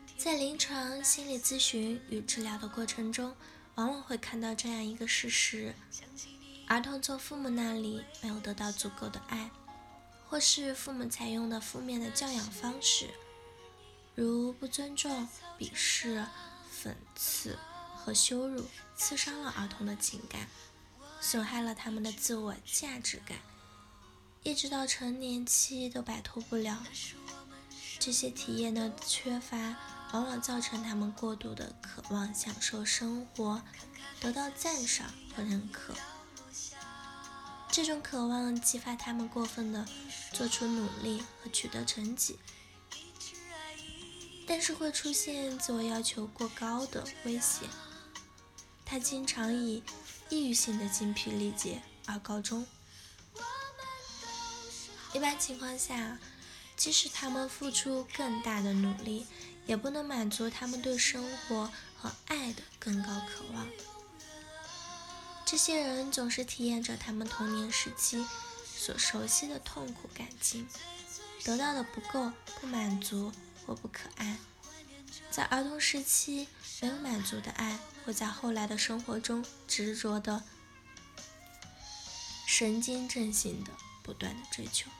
在临床心理咨询与治疗的过程中，往往会看到这样一个事实：儿童从父母那里没有得到足够的爱，或是父母采用的负面的教养方式，如不尊重、鄙视、讽刺和羞辱，刺伤了儿童的情感，损害了他们的自我价值感，一直到成年期都摆脱不了。这些体验的缺乏往往造成他们过度的渴望享受生活，得到赞赏和认可。这种渴望激发他们过分的做出努力和取得成绩，但是会出现自我要求过高的威胁。他经常以抑郁性的精疲力竭而告终。一般情况下，即使他们付出更大的努力，也不能满足他们对生活和爱的更高渴望。这些人总是体验着他们童年时期所熟悉的痛苦感情，得到的不够、不满足或不可爱。在儿童时期没有满足的爱，会在后来的生活中执着的、神经症性的不断的追求。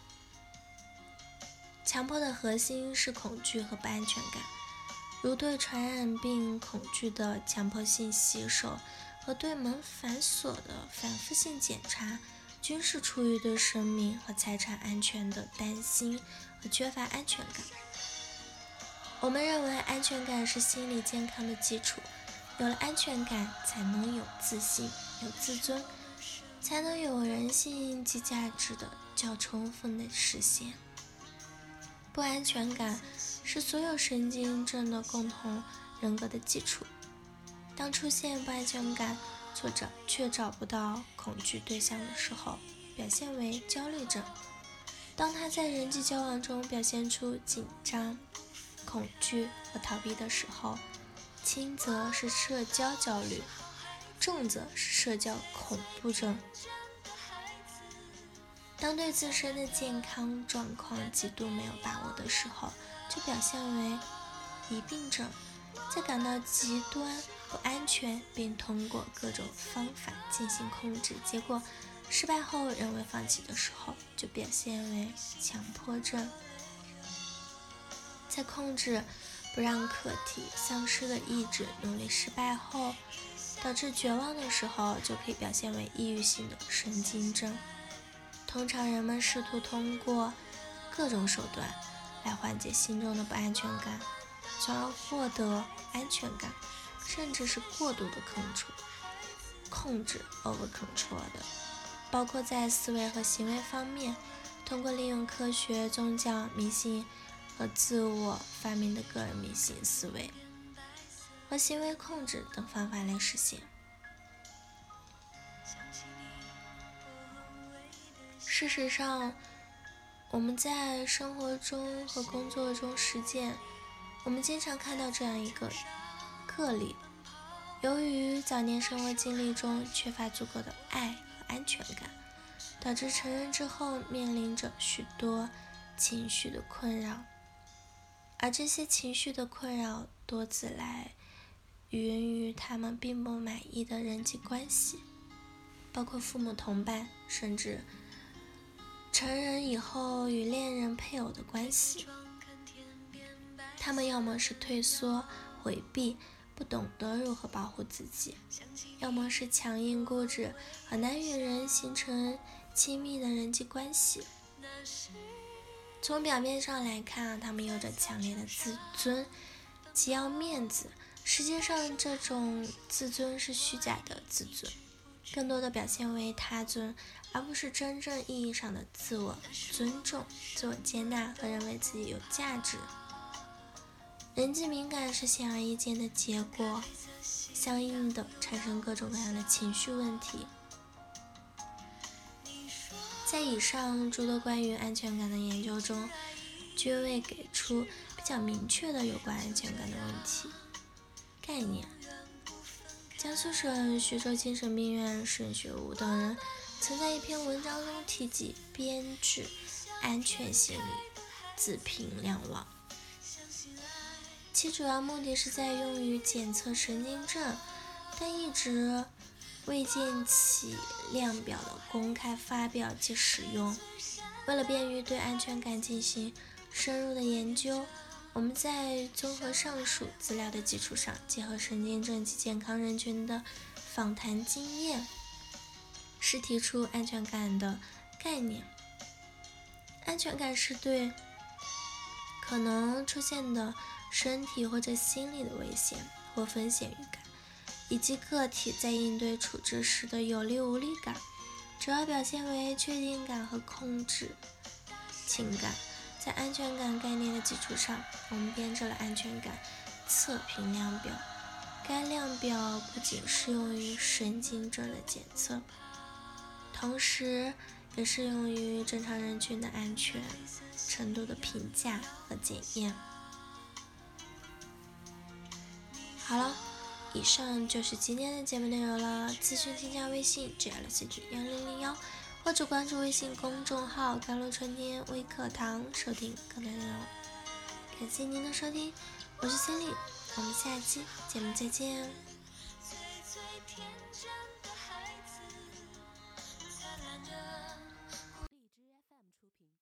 强迫的核心是恐惧和不安全感，如对传染病恐惧的强迫性洗手和对门反锁的反复性检查，均是出于对生命和财产安全的担心和缺乏安全感。我们认为安全感是心理健康的基础，有了安全感才能有自信、有自尊，才能有人性及价值的较充分的实现。不安全感是所有神经症的共同人格的基础。当出现不安全感却找不到恐惧对象的时候，表现为焦虑症。当他在人际交往中表现出紧张、恐惧和逃避的时候，轻则是社交焦虑，重则是社交恐怖症。当对自身的健康状况极度没有把握的时候，就表现为疑病症。在感到极端不安全并通过各种方法进行控制，结果失败后仍未放弃的时候，就表现为强迫症。在控制不让客体丧失了意志，努力失败后导致绝望的时候，就可以表现为抑郁性的神经症。通常人们试图通过各种手段来缓解心中的不安全感，从而获得安全感，甚至是过度的控制 over control 的，包括在思维和行为方面，通过利用科学、宗教、迷信和自我发明的个人迷信思维和行为控制等方法来实现。事实上，我们在生活中和工作中实践，我们经常看到这样一个个例：由于早年生活经历中缺乏足够的爱和安全感，导致成人之后面临着许多情绪的困扰，而这些情绪的困扰多自来源于他们并不满意的人际关系，包括父母、同伴，甚至成人以后与恋人、配偶的关系。他们要么是退缩、回避，不懂得如何保护自己，要么是强硬固执，很难与人形成亲密的人际关系。从表面上来看，他们有着强烈的自尊，极要面子。实际上，这种自尊是虚假的自尊，更多的表现为他尊，而不是真正意义上的自我尊重、自我接纳和认为自己有价值。人际敏感是显而易见的结果，相应的产生各种各样的情绪问题。在以上诸多关于安全感的研究中，均未给出比较明确的有关安全感的问题概念。江苏省徐州精神病院沈学武等人曾在一篇文章中提及编制安全心理，自评两网。 其主要目的是在用于检测神经症，但一直未见其量表的公开发表及使用。为了便于对安全感进行深入的研究，我们在综合上述资料的基础上，结合神经症及健康人群的访谈经验，是提出安全感的概念。安全感是对可能出现的身体或者心理的危险或风险预感，以及个体在应对处置时的有力无力感，主要表现为确定感和控制情感。在安全感概念的基础上，我们编制了安全感测评量表。该量表不仅适用于神经症的检测，同时也适用于正常人群的安全程度的评价和检验。好了，以上就是今天的节目内容了。咨询请加微信 GLCT1001，或者关注微信公众号甘露春天微课堂收听更多内容。感谢您的收听，我是心丽，我们下期节目再见。最天真的孩子，灿烂的